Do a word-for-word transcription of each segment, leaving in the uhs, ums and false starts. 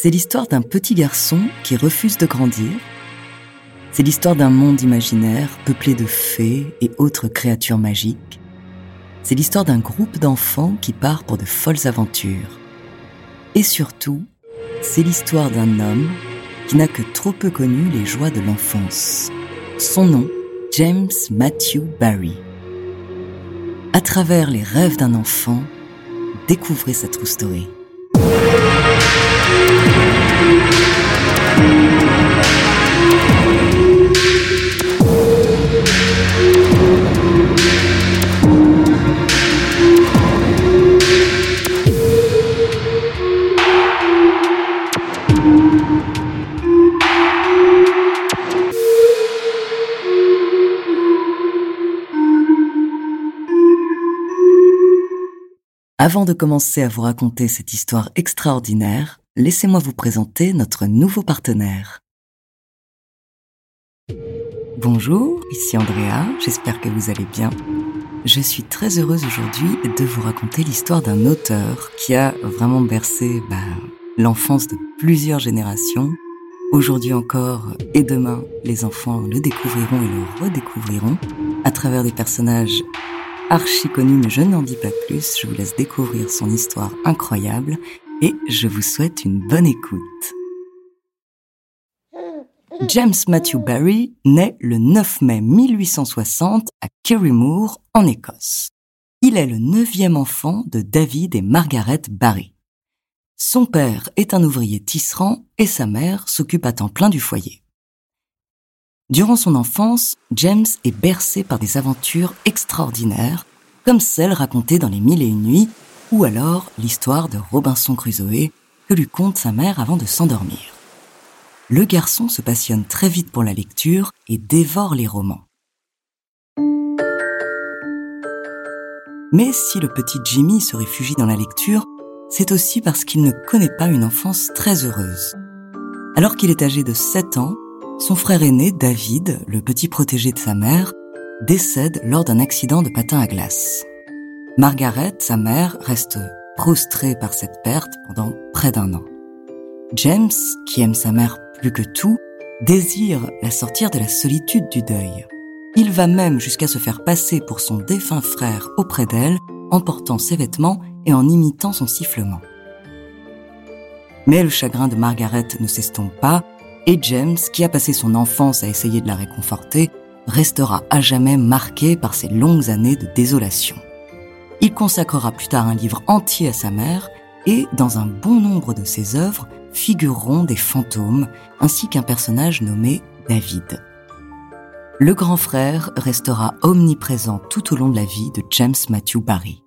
C'est l'histoire d'un petit garçon qui refuse de grandir. C'est l'histoire d'un monde imaginaire peuplé de fées et autres créatures magiques. C'est l'histoire d'un groupe d'enfants qui part pour de folles aventures. Et surtout, c'est l'histoire d'un homme qui n'a que trop peu connu les joies de l'enfance. Son nom, James Matthew Barrie. À travers les rêves d'un enfant, découvrez sa true story. Avant de commencer à vous raconter cette histoire extraordinaire, laissez-moi vous présenter notre nouveau partenaire. Bonjour, ici Andrea, j'espère que vous allez bien. Je suis très heureuse aujourd'hui de vous raconter l'histoire d'un auteur qui a vraiment bercé bah, l'enfance de plusieurs générations. Aujourd'hui encore et demain, les enfants le découvriront et le redécouvriront à travers des personnages archi connu, mais je n'en dis pas plus. Je vous laisse découvrir son histoire incroyable et je vous souhaite une bonne écoute. James Matthew Barrie naît le neuf mai mille huit cent soixante à Kirriemoor, en Écosse. Il est le neuvième enfant de David et Margaret Barrie. Son père est un ouvrier tisserand et sa mère s'occupe à temps plein du foyer. Durant son enfance, James est bercé par des aventures extraordinaires, comme celles racontées dans les Mille et une nuits, ou alors l'histoire de Robinson Crusoe que lui conte sa mère avant de s'endormir. Le garçon se passionne très vite pour la lecture et dévore les romans. Mais si le petit Jimmy se réfugie dans la lecture, c'est aussi parce qu'il ne connaît pas une enfance très heureuse. Alors qu'il est âgé de sept ans, son frère aîné, David, le petit protégé de sa mère, décède lors d'un accident de patin à glace. Margaret, sa mère, reste prostrée par cette perte pendant près d'un an. James, qui aime sa mère plus que tout, désire la sortir de la solitude du deuil. Il va même jusqu'à se faire passer pour son défunt frère auprès d'elle, en portant ses vêtements et en imitant son sifflement. Mais le chagrin de Margaret ne s'estompe pas, et James, qui a passé son enfance à essayer de la réconforter, restera à jamais marqué par ces longues années de désolation. Il consacrera plus tard un livre entier à sa mère, et dans un bon nombre de ses œuvres figureront des fantômes, ainsi qu'un personnage nommé David. Le grand frère restera omniprésent tout au long de la vie de James Matthew Barrie.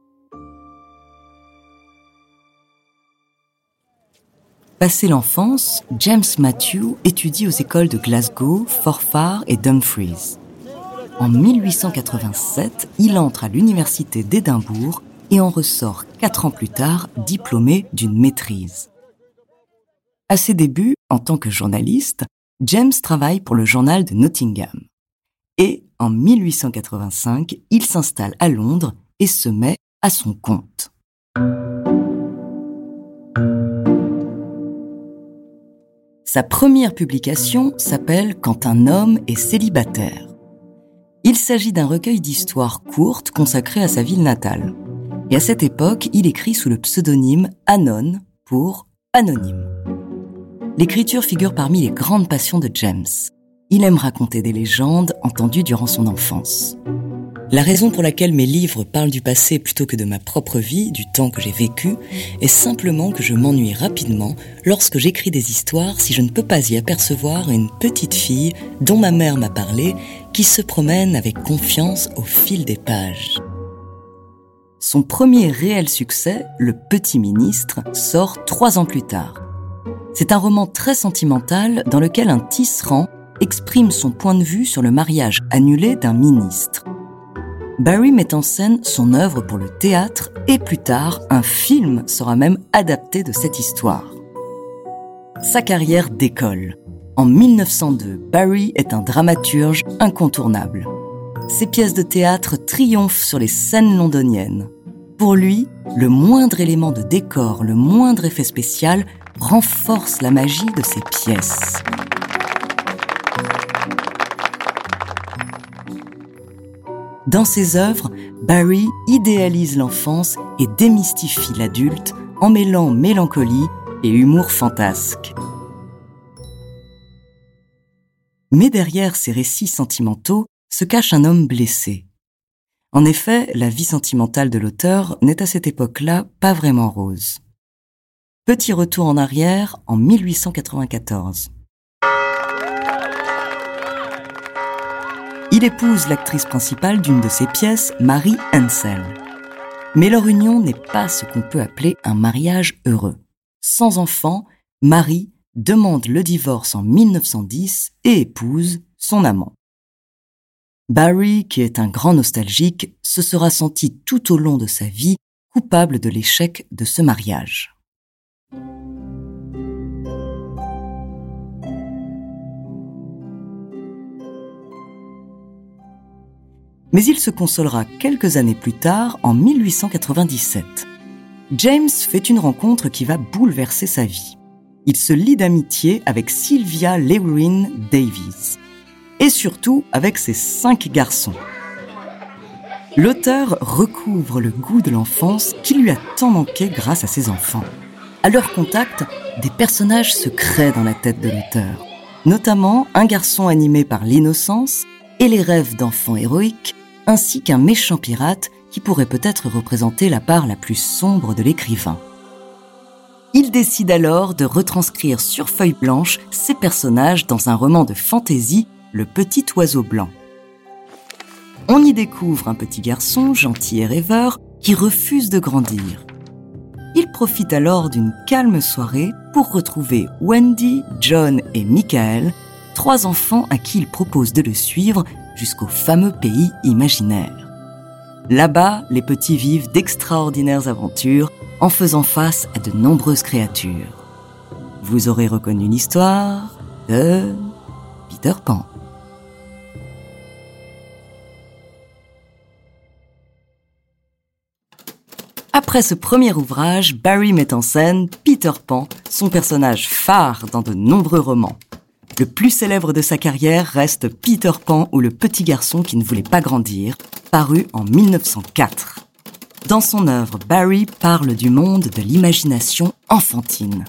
Passé l'enfance, James Matthew étudie aux écoles de Glasgow, Forfar et Dumfries. En mille huit cent quatre-vingt-sept, il entre à l'université d'Édimbourg et en ressort quatre ans plus tard diplômé d'une maîtrise. À ses débuts, en tant que journaliste, James travaille pour le journal de Nottingham. Et en mille huit cent quatre-vingt-cinq, il s'installe à Londres et se met à son compte. Sa première publication s'appelle « Quand un homme est célibataire ». Il s'agit d'un recueil d'histoires courtes consacrées à sa ville natale. Et à cette époque, il écrit sous le pseudonyme Anon pour Anonyme. L'écriture figure parmi les grandes passions de James. Il aime raconter des légendes entendues durant son enfance. La raison pour laquelle mes livres parlent du passé plutôt que de ma propre vie, du temps que j'ai vécu, est simplement que je m'ennuie rapidement lorsque j'écris des histoires si je ne peux pas y apercevoir une petite fille dont ma mère m'a parlé, qui se promène avec confiance au fil des pages. Son premier réel succès, Le Petit Ministre, sort trois ans plus tard. C'est un roman très sentimental dans lequel un tisserand exprime son point de vue sur le mariage annulé d'un ministre. Barrie met en scène son œuvre pour le théâtre et plus tard, un film sera même adapté de cette histoire. Sa carrière décolle. En mille neuf cent deux, Barrie est un dramaturge incontournable. Ses pièces de théâtre triomphent sur les scènes londoniennes. Pour lui, le moindre élément de décor, le moindre effet spécial renforce la magie de ses pièces. Dans ses œuvres, Barrie idéalise l'enfance et démystifie l'adulte en mêlant mélancolie et humour fantasque. Mais derrière ces récits sentimentaux se cache un homme blessé. En effet, la vie sentimentale de l'auteur n'est à cette époque-là pas vraiment rose. Petit retour en arrière en mille huit cent quatre-vingt-quatorze. Il épouse l'actrice principale d'une de ses pièces, Mary Ansell. Mais leur union n'est pas ce qu'on peut appeler un mariage heureux. Sans enfant, Mary demande le divorce en mille neuf cent dix et épouse son amant. Barrie, qui est un grand nostalgique, se sera senti tout au long de sa vie coupable de l'échec de ce mariage. Mais il se consolera quelques années plus tard, en mille huit cent quatre-vingt-dix-sept. James fait une rencontre qui va bouleverser sa vie. Il se lie d'amitié avec Sylvia Lewin Davies. Et surtout avec ses cinq garçons. L'auteur recouvre le goût de l'enfance qui lui a tant manqué grâce à ses enfants. À leur contact, des personnages se créent dans la tête de l'auteur, notamment un garçon animé par l'innocence et les rêves d'enfants héroïques, ainsi qu'un méchant pirate qui pourrait peut-être représenter la part la plus sombre de l'écrivain. Il décide alors de retranscrire sur feuille blanche ces personnages dans un roman de fantaisie, Le petit oiseau blanc. On y découvre un petit garçon gentil et rêveur qui refuse de grandir. Il profite alors d'une calme soirée pour retrouver Wendy, John et Michael, trois enfants à qui il propose de le suivre jusqu'au fameux pays imaginaire. Là-bas, les petits vivent d'extraordinaires aventures en faisant face à de nombreuses créatures. Vous aurez reconnu l'histoire de Peter Pan. Après ce premier ouvrage, Barrie met en scène Peter Pan, son personnage phare dans de nombreux romans. Le plus célèbre de sa carrière reste Peter Pan ou le petit garçon qui ne voulait pas grandir, paru en mille neuf cent quatre. Dans son œuvre, Barrie parle du monde de l'imagination enfantine.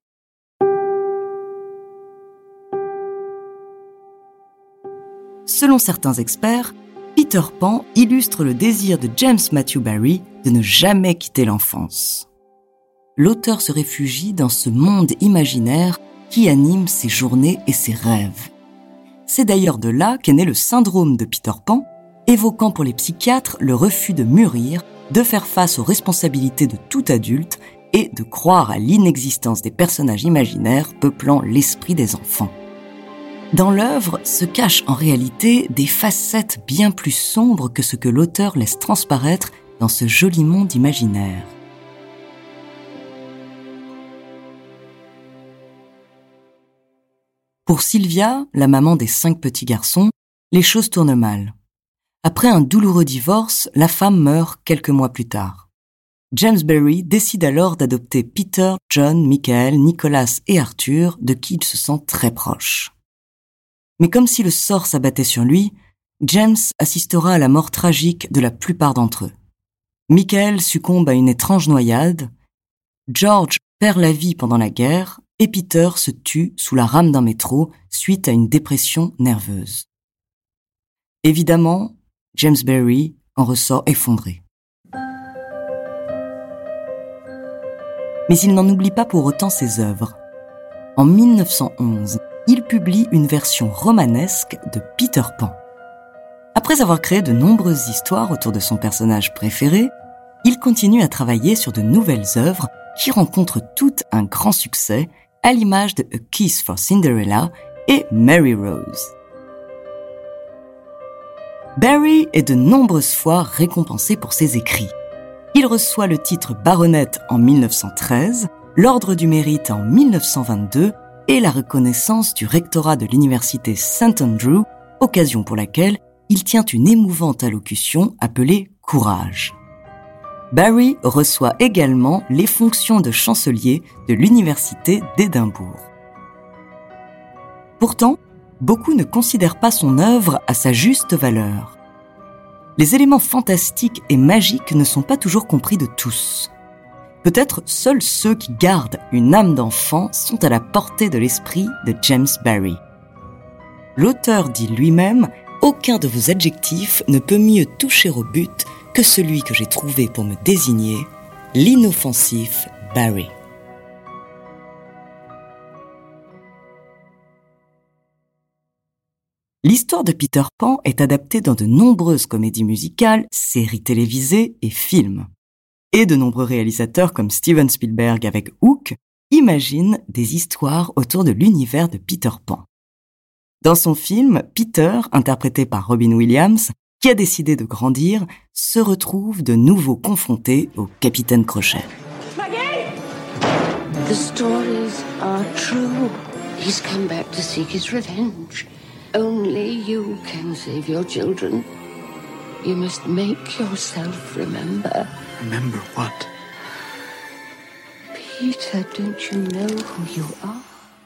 Selon certains experts, Peter Pan illustre le désir de James Matthew Barrie de ne jamais quitter l'enfance. L'auteur se réfugie dans ce monde imaginaire qui anime ses journées et ses rêves. C'est d'ailleurs de là qu'est né le syndrome de Peter Pan, évoquant pour les psychiatres le refus de mûrir, de faire face aux responsabilités de tout adulte et de croire à l'inexistence des personnages imaginaires peuplant l'esprit des enfants. Dans l'œuvre se cachent en réalité des facettes bien plus sombres que ce que l'auteur laisse transparaître dans ce joli monde imaginaire. Pour Sylvia, la maman des cinq petits garçons, les choses tournent mal. Après un douloureux divorce, la femme meurt quelques mois plus tard. James Barrie décide alors d'adopter Peter, John, Michael, Nicholas et Arthur, de qui il se sent très proche. Mais comme si le sort s'abattait sur lui, James assistera à la mort tragique de la plupart d'entre eux. Michael succombe à une étrange noyade, George perd la vie pendant la guerre et Peter se tue sous la rame d'un métro suite à une dépression nerveuse. Évidemment, James Barrie en ressort effondré. Mais il n'en oublie pas pour autant ses œuvres. En mille neuf cent onze, il publie une version romanesque de Peter Pan. Après avoir créé de nombreuses histoires autour de son personnage préféré, il continue à travailler sur de nouvelles œuvres qui rencontrent toutes un grand succès, à l'image de A Kiss for Cinderella et Mary Rose. Barrie est de nombreuses fois récompensé pour ses écrits. Il reçoit le titre baronnet en mille neuf cent treize, l'ordre du mérite en mille neuf cent vingt-deux et la reconnaissance du rectorat de l'université Saint Andrew, occasion pour laquelle il tient une émouvante allocution appelée « Courage ». Barry reçoit également les fonctions de chancelier de l'université d'Édimbourg. Pourtant, beaucoup ne considèrent pas son œuvre à sa juste valeur. Les éléments fantastiques et magiques ne sont pas toujours compris de tous. Peut-être seuls ceux qui gardent une âme d'enfant sont à la portée de l'esprit de James Barry. L'auteur dit lui-même « Aucun de vos adjectifs ne peut mieux toucher au but que celui que j'ai trouvé pour me désigner, l'inoffensif Barry ». L'histoire de Peter Pan est adaptée dans de nombreuses comédies musicales, séries télévisées et films. Et de nombreux réalisateurs comme Steven Spielberg avec Hook imaginent des histoires autour de l'univers de Peter Pan. Dans son film, Peter, interprété par Robin Williams, qui a décidé de grandir, se retrouve de nouveau confronté au Capitaine Crochet. Maggie! The stories are true. He's come back to seek his revenge. Only you can save your children. You must make yourself remember. Remember what? Peter, don't you know who you are?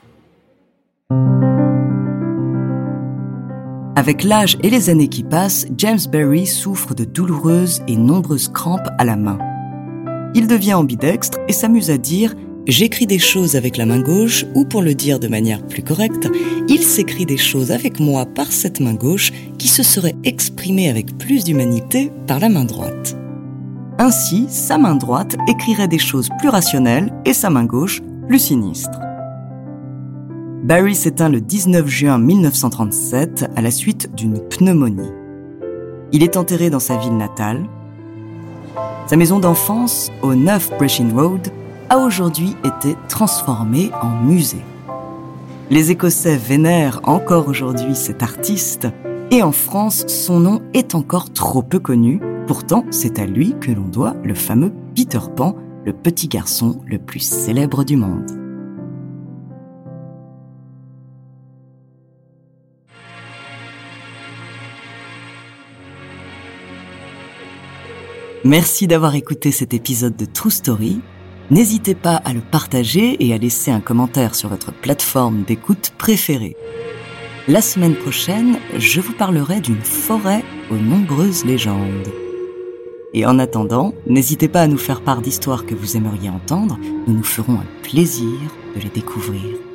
Avec l'âge et les années qui passent, James Barry souffre de douloureuses et nombreuses crampes à la main. Il devient ambidextre et s'amuse à dire « J'écris des choses avec la main gauche » ou pour le dire de manière plus correcte, il s'écrit des choses avec moi par cette main gauche qui se serait exprimée avec plus d'humanité par la main droite. Ainsi, sa main droite écrirait des choses plus rationnelles et sa main gauche plus sinistre. Barry s'éteint le dix-neuf juin mille neuf cent trente-sept à la suite d'une pneumonie. Il est enterré dans sa ville natale. Sa maison d'enfance, au neuf Brechin Road, a aujourd'hui été transformée en musée. Les Écossais vénèrent encore aujourd'hui cet artiste et en France, son nom est encore trop peu connu. Pourtant, c'est à lui que l'on doit le fameux Peter Pan, le petit garçon le plus célèbre du monde. Merci d'avoir écouté cet épisode de True Story. N'hésitez pas à le partager et à laisser un commentaire sur votre plateforme d'écoute préférée. La semaine prochaine, je vous parlerai d'une forêt aux nombreuses légendes. Et en attendant, n'hésitez pas à nous faire part d'histoires que vous aimeriez entendre. Nous nous ferons un plaisir de les découvrir.